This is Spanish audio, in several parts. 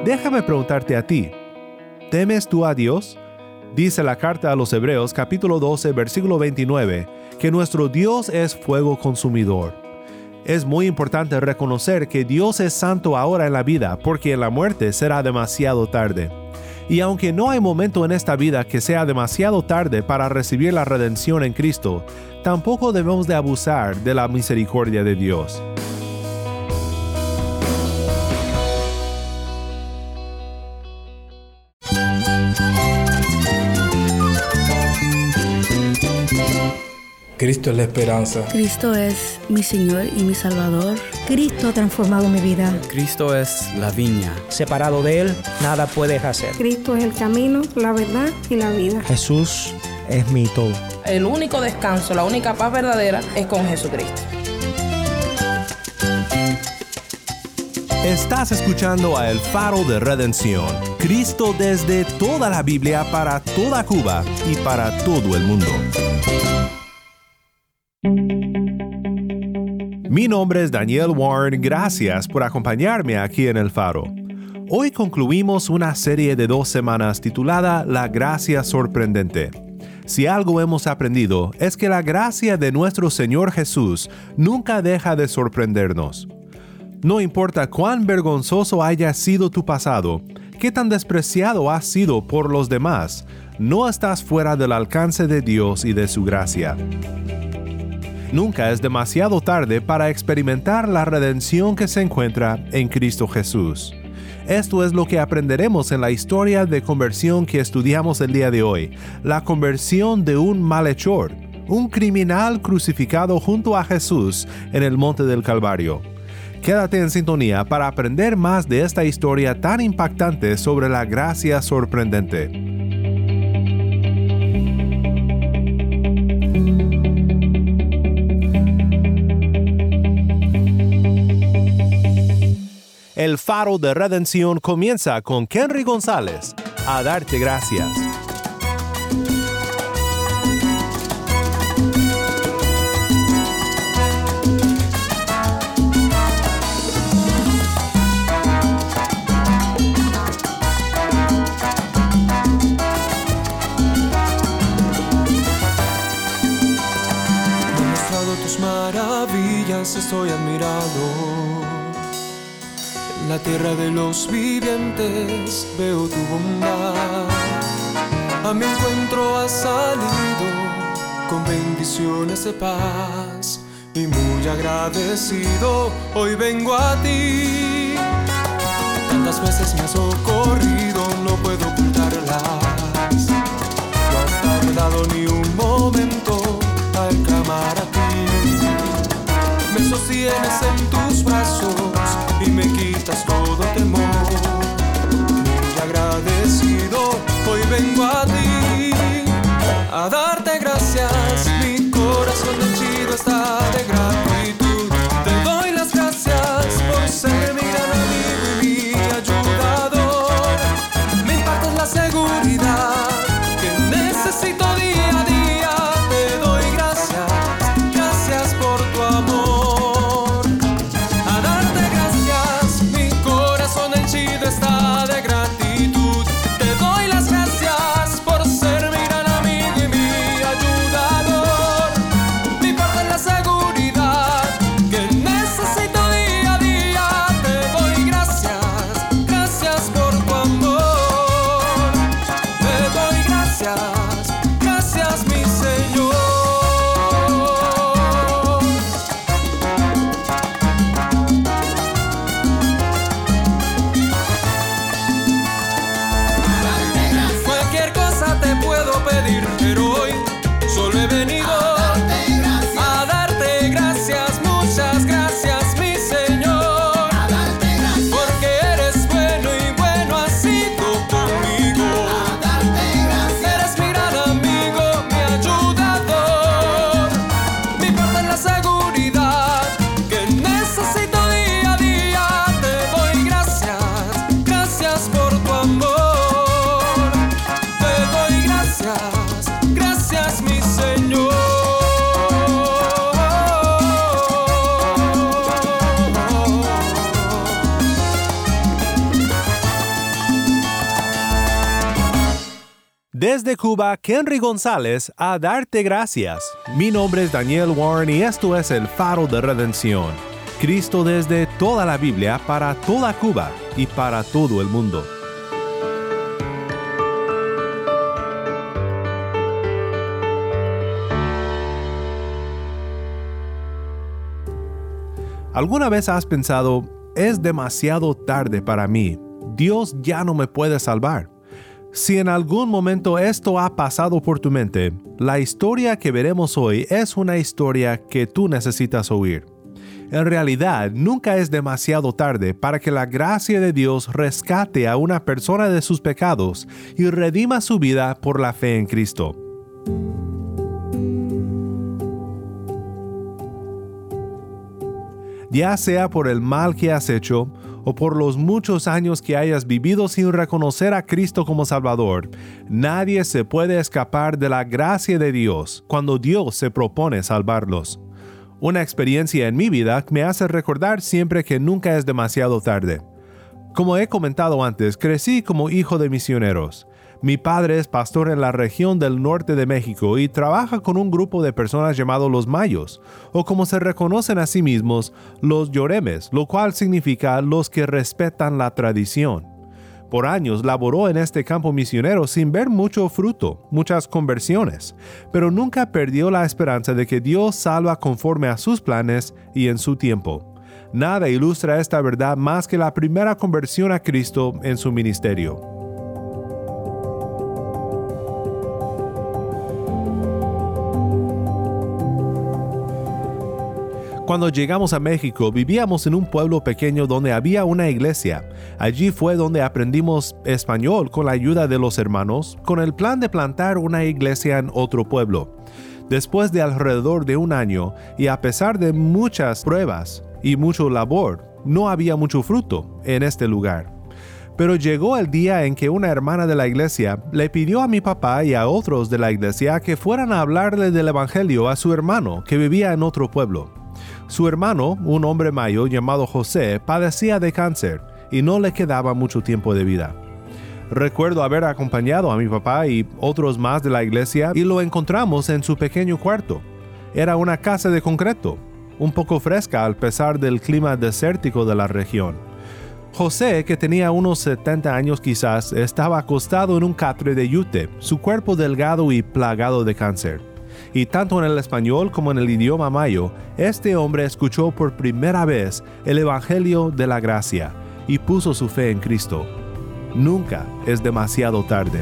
Déjame preguntarte a ti, ¿temes tú a Dios? Dice la carta a los Hebreos capítulo 12 versículo 29 que nuestro Dios es fuego consumidor. Es muy importante reconocer que Dios es santo ahora en la vida porque en la muerte será demasiado tarde. Y aunque no hay momento en esta vida que sea demasiado tarde para recibir la redención en Cristo, tampoco debemos de abusar de la misericordia de Dios. Cristo es la esperanza. Cristo es mi Señor y mi Salvador. Cristo ha transformado mi vida. Cristo es la viña. Separado de Él, nada puedes hacer. Cristo es el camino, la verdad y la vida. Jesús es mi todo. El único descanso, la única paz verdadera es con Jesucristo. Estás escuchando a El Faro de Redención. Cristo desde toda la Biblia para toda Cuba y para todo el mundo. Mi nombre es Daniel Warren, gracias por acompañarme aquí en El Faro. Hoy concluimos una serie de 2 semanas titulada La Gracia Sorprendente. Si algo hemos aprendido es que la gracia de nuestro Señor Jesús nunca deja de sorprendernos. No importa cuán vergonzoso haya sido tu pasado, qué tan despreciado has sido por los demás, no estás fuera del alcance de Dios y de su gracia. Nunca es demasiado tarde para experimentar la redención que se encuentra en Cristo Jesús. Esto es lo que aprenderemos en la historia de conversión que estudiamos el día de hoy, la conversión de un malhechor, un criminal crucificado junto a Jesús en el monte del Calvario. Quédate en sintonía para aprender más de esta historia tan impactante sobre la gracia sorprendente. El Faro de Redención comienza con Kenry González, a darte gracias. Me has mostrado tus maravillas, estoy admirado. En la tierra de los vivientes veo tu bondad. A mi encuentro has salido con bendiciones de paz. Y muy agradecido hoy vengo a ti. Tantas veces me has socorrido, no puedo ocultarlas. No has tardado ni un momento al clamar a ti. Me sostienes en tus brazos y me quitas todo temor. Muy agradecido, hoy vengo a ti a darte gracias. Mi corazón henchido está de gratitud. Te doy las gracias por ser mi gran amigo y mi ayudador. Me impartes la Desde Cuba, Kenry González, a darte gracias. Mi nombre es Daniel Warren y esto es el Faro de Redención. Cristo desde toda la Biblia para toda Cuba y para todo el mundo. ¿Alguna vez has pensado, es demasiado tarde para mí? Dios ya no me puede salvar. Si en algún momento esto ha pasado por tu mente, la historia que veremos hoy es una historia que tú necesitas oír. En realidad, nunca es demasiado tarde para que la gracia de Dios rescate a una persona de sus pecados y redima su vida por la fe en Cristo. Ya sea por el mal que has hecho o por los muchos años que hayas vivido sin reconocer a Cristo como Salvador, nadie se puede escapar de la gracia de Dios cuando Dios se propone salvarlos. Una experiencia en mi vida me hace recordar siempre que nunca es demasiado tarde. Como he comentado antes, crecí como hijo de misioneros. Mi padre es pastor en la región del norte de México y trabaja con un grupo de personas llamados los mayos, o como se reconocen a sí mismos, los lloremes, lo cual significa los que respetan la tradición. Por años laboró en este campo misionero sin ver mucho fruto, muchas conversiones, pero nunca perdió la esperanza de que Dios salva conforme a sus planes y en su tiempo. Nada ilustra esta verdad más que la primera conversión a Cristo en su ministerio. Cuando llegamos a México, vivíamos en un pueblo pequeño donde había una iglesia. Allí fue donde aprendimos español con la ayuda de los hermanos, con el plan de plantar una iglesia en otro pueblo. Después de alrededor de un año, y a pesar de muchas pruebas y mucho labor, no había mucho fruto en este lugar. Pero llegó el día en que una hermana de la iglesia le pidió a mi papá y a otros de la iglesia que fueran a hablarle del evangelio a su hermano que vivía en otro pueblo. Su hermano, un hombre mayor llamado José, padecía de cáncer y no le quedaba mucho tiempo de vida. Recuerdo haber acompañado a mi papá y otros más de la iglesia y lo encontramos en su pequeño cuarto. Era una casa de concreto, un poco fresca al pesar del clima desértico de la región. José, que tenía unos 70 años quizás, estaba acostado en un catre de yute, su cuerpo delgado y plagado de cáncer. Y tanto en el español como en el idioma mayo, este hombre escuchó por primera vez el Evangelio de la Gracia y puso su fe en Cristo. Nunca es demasiado tarde.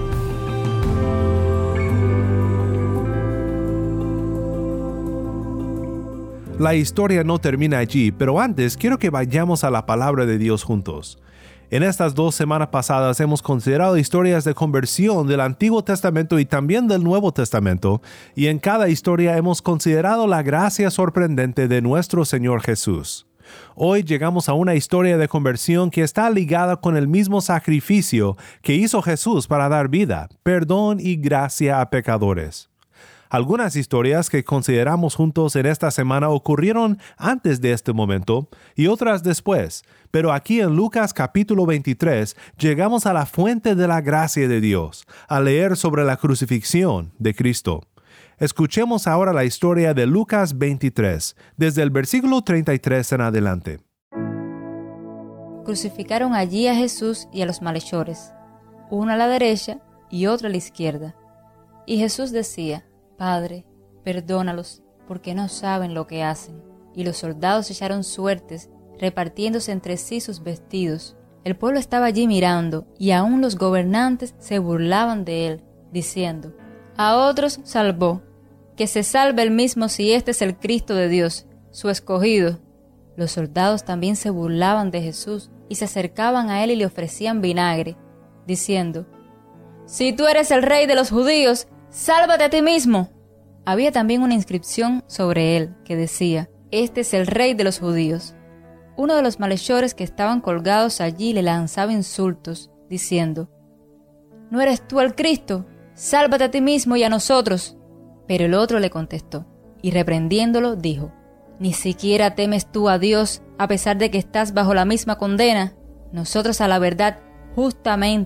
La historia no termina allí, pero antes quiero que vayamos a la palabra de Dios juntos. En estas 2 semanas pasadas hemos considerado historias de conversión del Antiguo Testamento y también del Nuevo Testamento, y en cada historia hemos considerado la gracia sorprendente de nuestro Señor Jesús. Hoy llegamos a una historia de conversión que está ligada con el mismo sacrificio que hizo Jesús para dar vida, perdón y gracia a pecadores. Algunas historias que consideramos juntos en esta semana ocurrieron antes de este momento y otras después, pero aquí en Lucas capítulo 23 llegamos a la fuente de la gracia de Dios, a leer sobre la crucifixión de Cristo. Escuchemos ahora la historia de Lucas 23, desde el versículo 33 en adelante. Crucificaron allí a Jesús y a los malhechores, uno a la derecha y otro a la izquierda. Y Jesús decía: Padre, perdónalos, porque no saben lo que hacen. Y los soldados echaron suertes, repartiéndose entre sí sus vestidos. El pueblo estaba allí mirando, y aún los gobernantes se burlaban de él, diciendo: A otros salvó, que se salve él mismo si este es el Cristo de Dios, su escogido. Los soldados también se burlaban de Jesús, y se acercaban a él y le ofrecían vinagre, diciendo: Si tú eres el rey de los judíos, ¡sálvate a ti mismo! Había también una inscripción sobre él que decía: Este es el rey de los judíos. Uno de los malhechores que estaban colgados allí le lanzaba insultos, diciendo: ¿No eres tú el Cristo? ¡Sálvate a ti mismo y a nosotros! Pero el otro le contestó, y reprendiéndolo dijo: ¿Ni siquiera temes tú a Dios, a pesar de que estás bajo la misma condena? Nosotros a la verdad, justamente,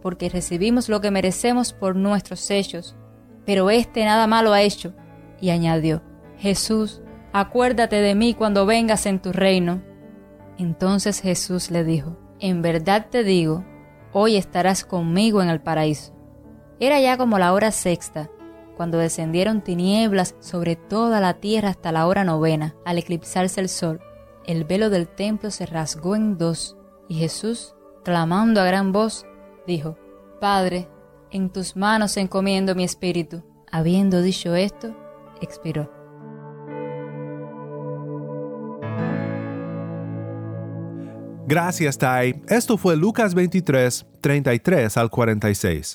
porque recibimos lo que merecemos por nuestros hechos. Pero éste nada malo ha hecho. Y añadió: Jesús, acuérdate de mí cuando vengas en tu reino. Entonces Jesús le dijo: En verdad te digo, hoy estarás conmigo en el paraíso. Era ya como la hora sexta, cuando descendieron tinieblas sobre toda la tierra hasta la hora novena. Al eclipsarse el sol, el velo del templo se rasgó en dos, y Jesús, clamando a gran voz, dijo: Padre, en tus manos encomiendo mi espíritu. Habiendo dicho esto, expiró. Gracias, Tai. Esto fue Lucas 23, 33 al 46.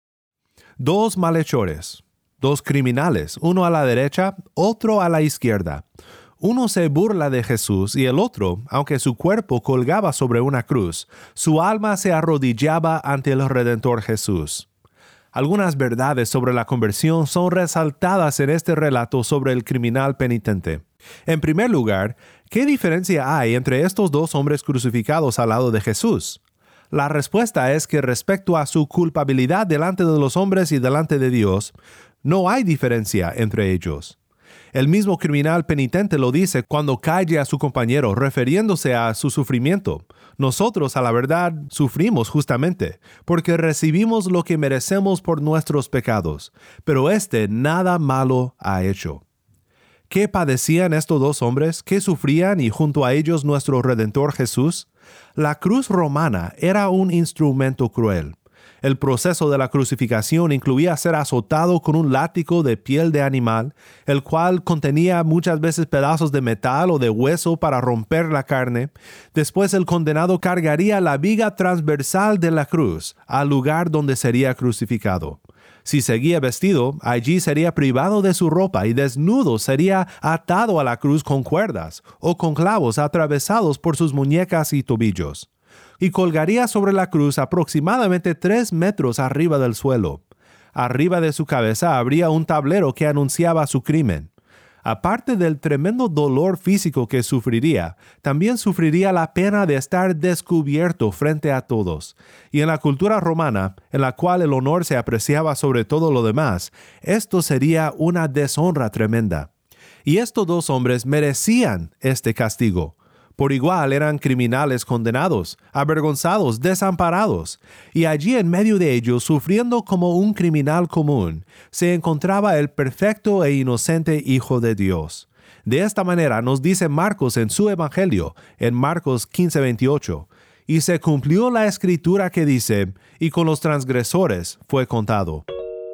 Dos malhechores, dos criminales, uno a la derecha, otro a la izquierda. Uno se burla de Jesús y el otro, aunque su cuerpo colgaba sobre una cruz, su alma se arrodillaba ante el Redentor Jesús. Algunas verdades sobre la conversión son resaltadas en este relato sobre el criminal penitente. En primer lugar, ¿qué diferencia hay entre estos dos hombres crucificados al lado de Jesús? La respuesta es que respecto a su culpabilidad delante de los hombres y delante de Dios, no hay diferencia entre ellos. El mismo criminal penitente lo dice cuando calle a su compañero, refiriéndose a su sufrimiento. Nosotros, a la verdad, sufrimos justamente, porque recibimos lo que merecemos por nuestros pecados, pero éste nada malo ha hecho. ¿Qué padecían estos dos hombres? ¿Qué sufrían y junto a ellos nuestro Redentor Jesús? La cruz romana era un instrumento cruel. El proceso de la crucificación incluía ser azotado con un látigo de piel de animal, el cual contenía muchas veces pedazos de metal o de hueso para romper la carne. Después el condenado cargaría la viga transversal de la cruz al lugar donde sería crucificado. Si seguía vestido, allí sería privado de su ropa y desnudo sería atado a la cruz con cuerdas o con clavos atravesados por sus muñecas y tobillos. Y colgaría sobre la cruz aproximadamente 3 metros arriba del suelo. Arriba de su cabeza habría un tablero que anunciaba su crimen. Aparte del tremendo dolor físico que sufriría, también sufriría la pena de estar descubierto frente a todos. Y en la cultura romana, en la cual el honor se apreciaba sobre todo lo demás, esto sería una deshonra tremenda. Y estos dos hombres merecían este castigo. Por igual eran criminales condenados, avergonzados, desamparados, y allí en medio de ellos, sufriendo como un criminal común, se encontraba el perfecto e inocente Hijo de Dios. De esta manera nos dice Marcos en su Evangelio, en Marcos 15:28, y se cumplió la escritura que dice, y con los transgresores fue contado.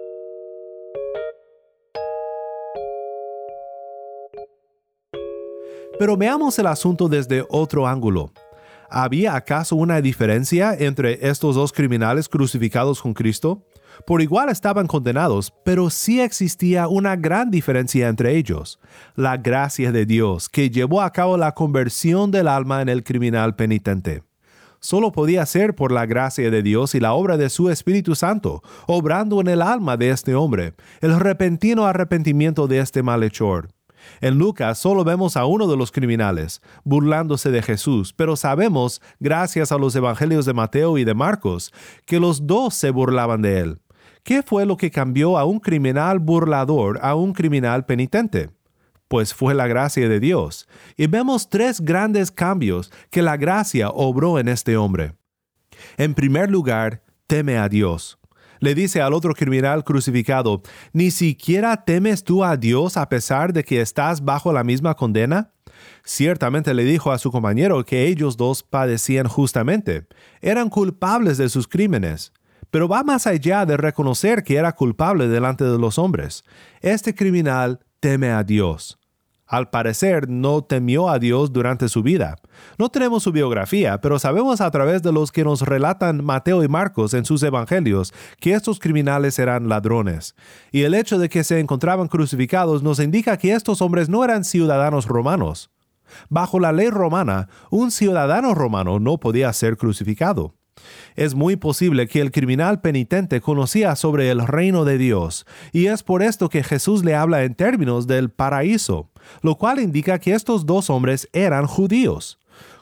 Pero veamos el asunto desde otro ángulo. ¿Había acaso una diferencia entre estos dos criminales crucificados con Cristo? Por igual estaban condenados, pero sí existía una gran diferencia entre ellos: la gracia de Dios que llevó a cabo la conversión del alma en el criminal penitente. Solo podía ser por la gracia de Dios y la obra de su Espíritu Santo, obrando en el alma de este hombre, el repentino arrepentimiento de este malhechor. En Lucas solo vemos a uno de los criminales, burlándose de Jesús, pero sabemos, gracias a los evangelios de Mateo y de Marcos, que los dos se burlaban de él. ¿Qué fue lo que cambió a un criminal burlador a un criminal penitente? Pues fue la gracia de Dios. Y vemos 3 grandes cambios que la gracia obró en este hombre. En primer lugar, teme a Dios. Le dice al otro criminal crucificado: ¿ni siquiera temes tú a Dios a pesar de que estás bajo la misma condena? Ciertamente le dijo a su compañero que ellos dos padecían justamente. Eran culpables de sus crímenes. Pero va más allá de reconocer que era culpable delante de los hombres. Este criminal teme a Dios. Al parecer, no temió a Dios durante su vida. No tenemos su biografía, pero sabemos a través de los que nos relatan Mateo y Marcos en sus evangelios que estos criminales eran ladrones. Y el hecho de que se encontraban crucificados nos indica que estos hombres no eran ciudadanos romanos. Bajo la ley romana, un ciudadano romano no podía ser crucificado. Es muy posible que el criminal penitente conocía sobre el reino de Dios, y es por esto que Jesús le habla en términos del paraíso, lo cual indica que estos dos hombres eran judíos.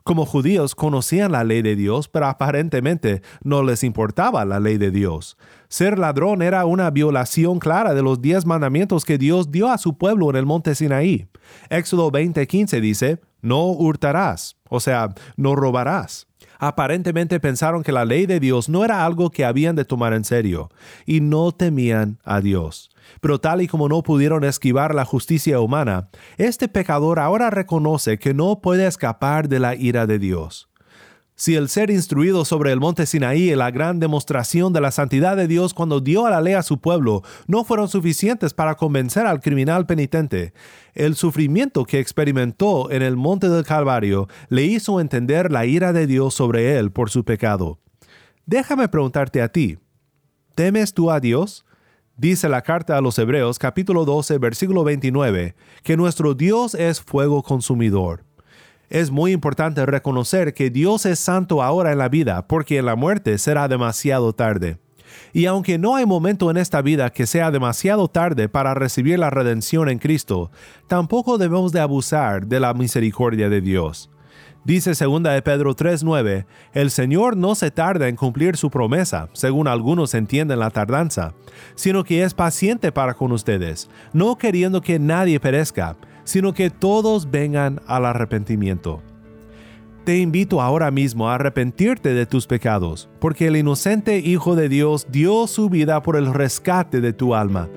Como judíos conocían la ley de Dios, pero aparentemente no les importaba la ley de Dios. Ser ladrón era una violación clara de los 10 mandamientos que Dios dio a su pueblo en el monte Sinaí. Éxodo 20:15 dice, no hurtarás, o sea, no robarás. Aparentemente pensaron que la ley de Dios no era algo que habían de tomar en serio, y no temían a Dios. Pero tal y como no pudieron esquivar la justicia humana, este pecador ahora reconoce que no puede escapar de la ira de Dios. Si el ser instruido sobre el monte Sinaí y la gran demostración de la santidad de Dios cuando dio la ley a su pueblo no fueron suficientes para convencer al criminal penitente, el sufrimiento que experimentó en el monte del Calvario le hizo entender la ira de Dios sobre él por su pecado. Déjame preguntarte a ti, ¿temes tú a Dios? Dice la carta a los Hebreos, capítulo 12, versículo 29, que nuestro Dios es fuego consumidor. Es muy importante reconocer que Dios es santo ahora en la vida, porque en la muerte será demasiado tarde. Y aunque no hay momento en esta vida que sea demasiado tarde para recibir la redención en Cristo, tampoco debemos de abusar de la misericordia de Dios. Dice 2 de Pedro 3:9, el Señor no se tarda en cumplir su promesa, según algunos entienden la tardanza, sino que es paciente para con ustedes, no queriendo que nadie perezca, sino que todos vengan al arrepentimiento. Te invito ahora mismo a arrepentirte de tus pecados, porque el inocente Hijo de Dios dio su vida por el rescate de tu alma.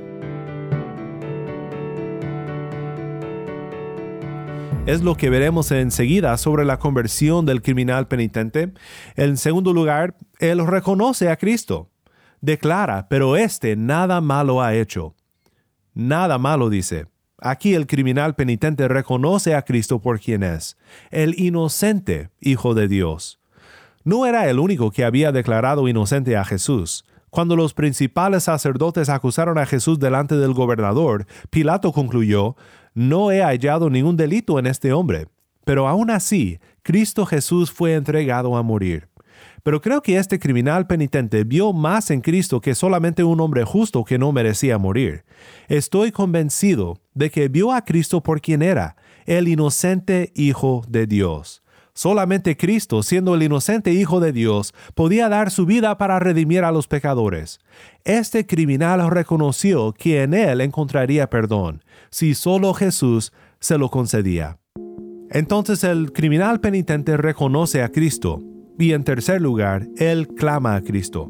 Es lo que veremos enseguida sobre la conversión del criminal penitente. En segundo lugar, él reconoce a Cristo. Declara, pero nada malo ha hecho. Nada malo, dice. Aquí el criminal penitente reconoce a Cristo por quien es, el inocente Hijo de Dios. No era el único que había declarado inocente a Jesús. Cuando los principales sacerdotes acusaron a Jesús delante del gobernador, Pilato concluyó, no he hallado ningún delito en este hombre. Pero aún así, Cristo Jesús fue entregado a morir. Pero creo que este criminal penitente vio más en Cristo que solamente un hombre justo que no merecía morir. Estoy convencido de que vio a Cristo por quien era, el inocente Hijo de Dios. Solamente Cristo, siendo el inocente Hijo de Dios, podía dar su vida para redimir a los pecadores. Este criminal reconoció que en él encontraría perdón, si solo Jesús se lo concedía. Entonces el criminal penitente reconoce a Cristo. Y en tercer lugar, él clama a Cristo.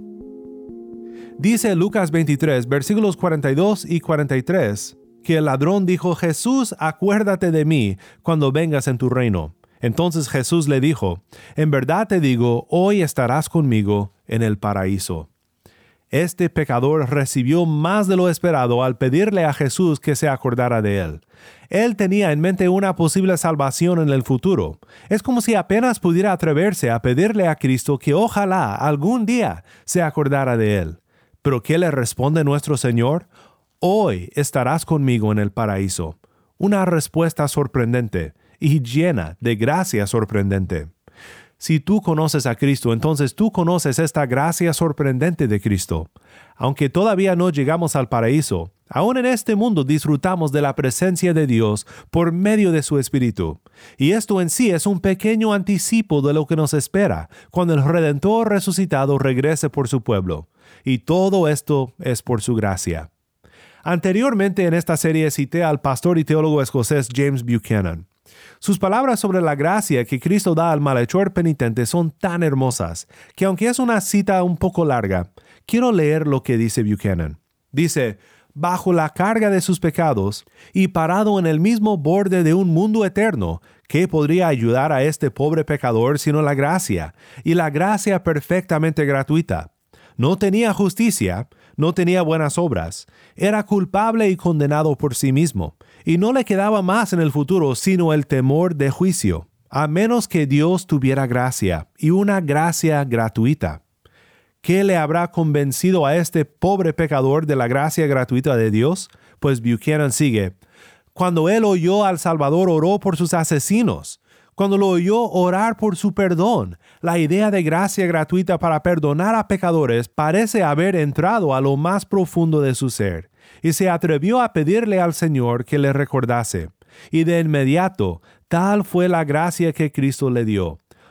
Dice Lucas 23, versículos 42 y 43, que el ladrón dijo, Jesús, acuérdate de mí cuando vengas en tu reino. Entonces Jesús le dijo, en verdad te digo, hoy estarás conmigo en el paraíso. Este pecador recibió más de lo esperado al pedirle a Jesús que se acordara de él. Él tenía en mente una posible salvación en el futuro. Es como si apenas pudiera atreverse a pedirle a Cristo que ojalá algún día se acordara de él. ¿Pero qué le responde nuestro Señor? Hoy estarás conmigo en el paraíso. Una respuesta sorprendente y llena de gracia sorprendente. Si tú conoces a Cristo, entonces tú conoces esta gracia sorprendente de Cristo. Aunque todavía no llegamos al paraíso, aún en este mundo disfrutamos de la presencia de Dios por medio de su Espíritu. Y esto en sí es un pequeño anticipo de lo que nos espera cuando el Redentor resucitado regrese por su pueblo. Y todo esto es por su gracia. Anteriormente en esta serie cité al pastor y teólogo escocés James Buchanan. Sus palabras sobre la gracia que Cristo da al malhechor penitente son tan hermosas que aunque es una cita un poco larga, quiero leer lo que dice Buchanan. Dice, bajo la carga de sus pecados y parado en el mismo borde de un mundo eterno, ¿qué podría ayudar a este pobre pecador sino la gracia? Y la gracia perfectamente gratuita. No tenía justicia, no tenía buenas obras, era culpable y condenado por sí mismo, y no le quedaba más en el futuro sino el temor de juicio, a menos que Dios tuviera gracia, y una gracia gratuita. ¿Qué le habrá convencido a este pobre pecador de la gracia gratuita de Dios? Pues Buchanan sigue, cuando él oyó al Salvador oró por sus asesinos, cuando lo oyó orar por su perdón, la idea de gracia gratuita para perdonar a pecadores parece haber entrado a lo más profundo de su ser, y se atrevió a pedirle al Señor que le recordase. Y de inmediato, tal fue la gracia que Cristo le dio.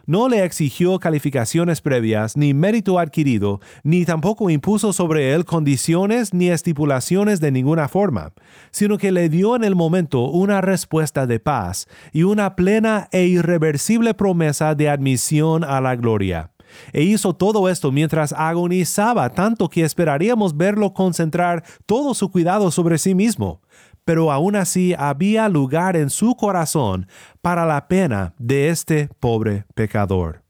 No le exigió calificaciones previas, ni mérito adquirido, ni tampoco impuso sobre él condiciones ni estipulaciones de ninguna forma, sino que le dio en el momento una respuesta de paz y una plena e irreversible promesa de admisión a la gloria. E hizo todo esto mientras agonizaba tanto que esperaríamos verlo concentrar todo su cuidado sobre sí mismo. Pero aún así había lugar en su corazón para la pena de este pobre pecador.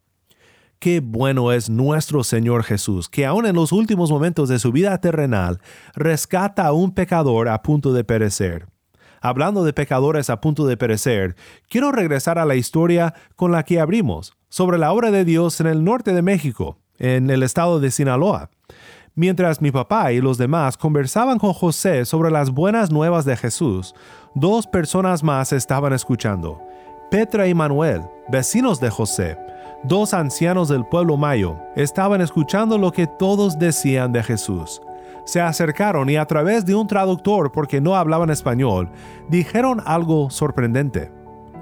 Qué bueno es nuestro Señor Jesús, que aún en los últimos momentos de su vida terrenal, rescata a un pecador a punto de perecer. Hablando de pecadores a punto de perecer, quiero regresar a la historia con la que abrimos, sobre la obra de Dios en el norte de México, en el estado de Sinaloa. Mientras mi papá y los demás conversaban con José sobre las buenas nuevas de Jesús, 2 personas más estaban escuchando. Petra y Manuel, vecinos de José, 2 ancianos del pueblo mayo, estaban escuchando lo que todos decían de Jesús. Se acercaron y a través de un traductor, porque no hablaban español, dijeron algo sorprendente.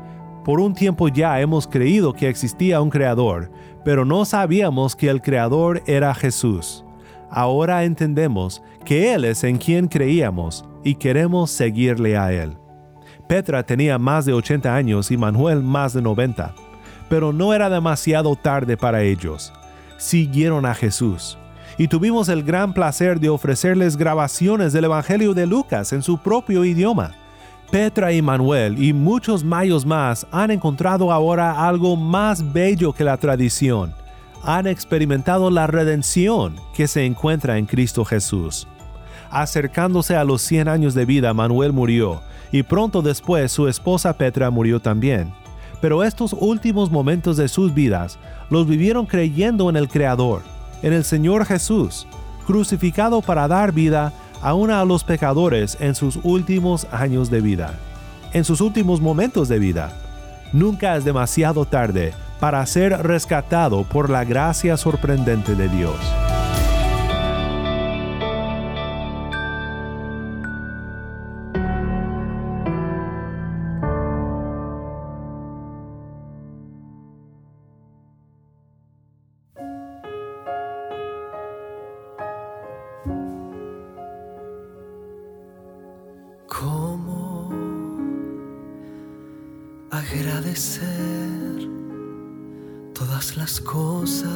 Por un tiempo ya hemos creído que existía un creador, pero no sabíamos que el creador era Jesús. Ahora entendemos que Él es en quien creíamos y queremos seguirle a Él. Petra tenía más de 80 años y Manuel más de 90, pero no era demasiado tarde para ellos. Siguieron a Jesús y tuvimos el gran placer de ofrecerles grabaciones del Evangelio de Lucas en su propio idioma. Petra y Manuel y muchos mayos más han encontrado ahora algo más bello que la tradición. Han experimentado la redención que se encuentra en Cristo Jesús. Acercándose a los 100 años de vida, Manuel murió, y pronto después su esposa Petra murió también. Pero estos últimos momentos de sus vidas los vivieron creyendo en el Creador, en el Señor Jesús, crucificado para dar vida aún a los pecadores en sus últimos años de vida, en sus últimos momentos de vida. Nunca es demasiado tarde para ser rescatado por la gracia sorprendente de Dios. ¿Cómo agradecer todas las cosas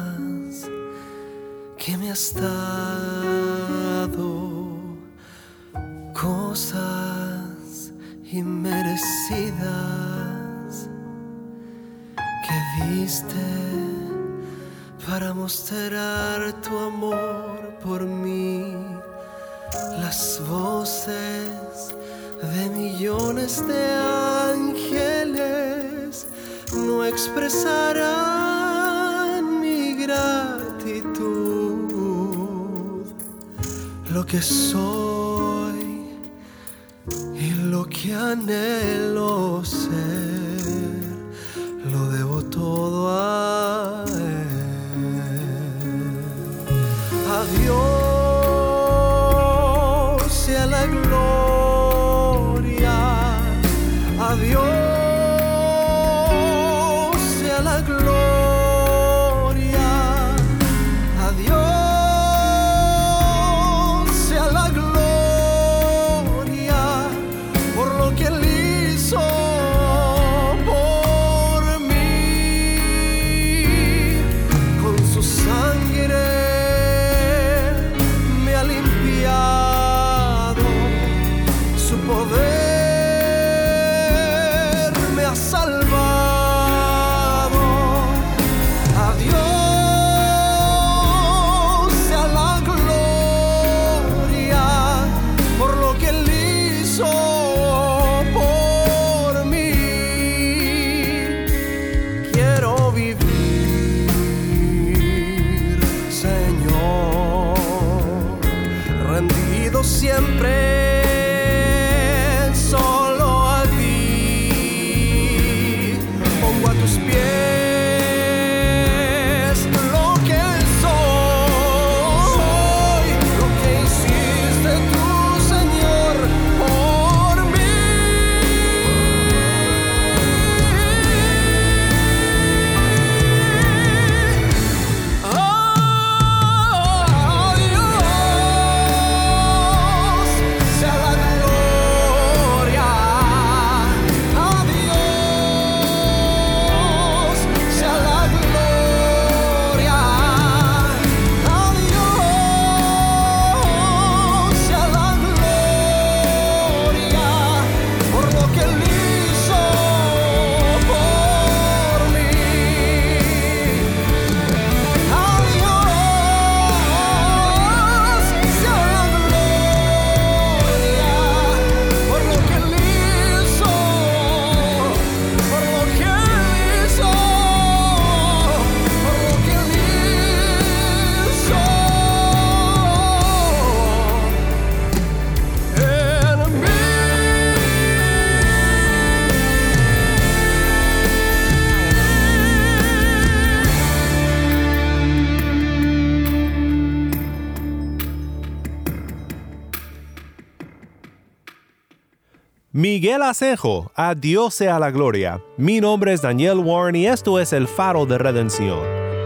que me has dado, cosas inmerecidas que diste para mostrar tu amor por mí? Las voces de millones de ángeles no expresarán mi gratitud. Lo que soy y lo que anhelo ser, lo debo todo a Él. Adiós sea la gloria, adiós sea la gloria, adiós sea la gloria por lo que Él hizo por mí. Con su sangre me ha limpiado, su poder me ha salvado. Adiós sea la gloria por lo que Él hizo por mí. Quiero vivir, Señor, rendido siempre solo a ti. Pongo a tus pies lo que soy, lo que hiciste tú, Señor, por mí. Miguel Asenjo, a Dios sea la gloria. Mi nombre es Daniel Warren y esto es El Faro de Redención.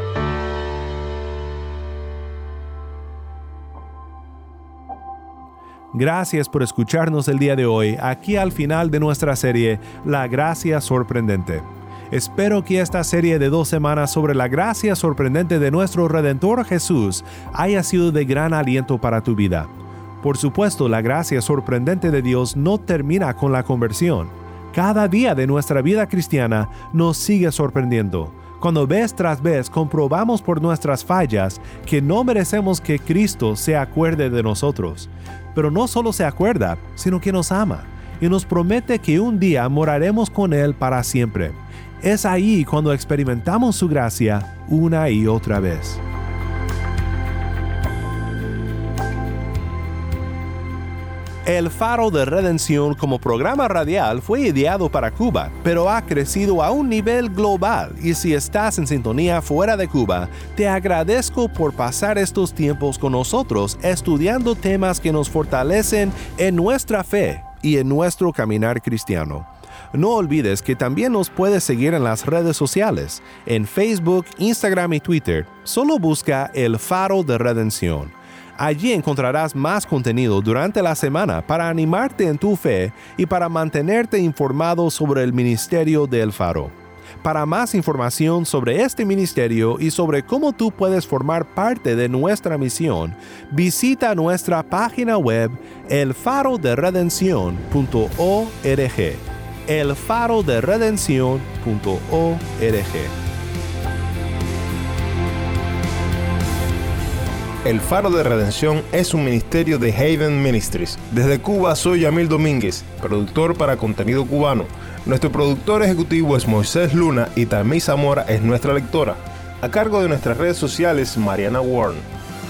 Gracias por escucharnos el día de hoy, aquí al final de nuestra serie, La Gracia Sorprendente. Espero que esta serie de 2 semanas sobre la gracia sorprendente de nuestro Redentor Jesús haya sido de gran aliento para tu vida. Por supuesto, la gracia sorprendente de Dios no termina con la conversión. Cada día de nuestra vida cristiana nos sigue sorprendiendo. Cuando vez tras vez comprobamos por nuestras fallas que no merecemos que Cristo se acuerde de nosotros. Pero no solo se acuerda, sino que nos ama y nos promete que un día moraremos con Él para siempre. Es ahí cuando experimentamos su gracia una y otra vez. El Faro de Redención como programa radial fue ideado para Cuba, pero ha crecido a un nivel global y si estás en sintonía fuera de Cuba, te agradezco por pasar estos tiempos con nosotros estudiando temas que nos fortalecen en nuestra fe y en nuestro caminar cristiano. No olvides que también nos puedes seguir en las redes sociales, en Facebook, Instagram y Twitter. Solo busca El Faro de Redención. Allí encontrarás más contenido durante la semana para animarte en tu fe y para mantenerte informado sobre el ministerio de El Faro. Para más información sobre este ministerio y sobre cómo tú puedes formar parte de nuestra misión, visita nuestra página web elfaroderedencion.org. elfaroderedencion.org. El Faro de Redención es un ministerio de Haven Ministries. Desde Cuba soy Yamil Domínguez, productor para contenido cubano. Nuestro productor ejecutivo es Moisés Luna y Tammy Zamora es nuestra lectora. A cargo de nuestras redes sociales, Mariana Warren.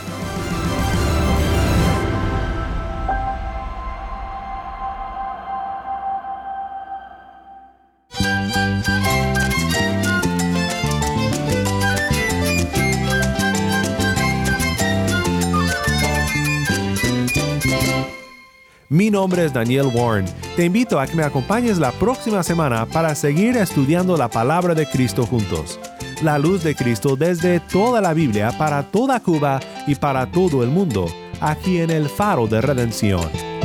Mi nombre es Daniel Warren. Te invito a que me acompañes la próxima semana para seguir estudiando la palabra de Cristo juntos. La luz de Cristo desde toda la Biblia para toda Cuba y para todo el mundo, aquí en el Faro de Redención.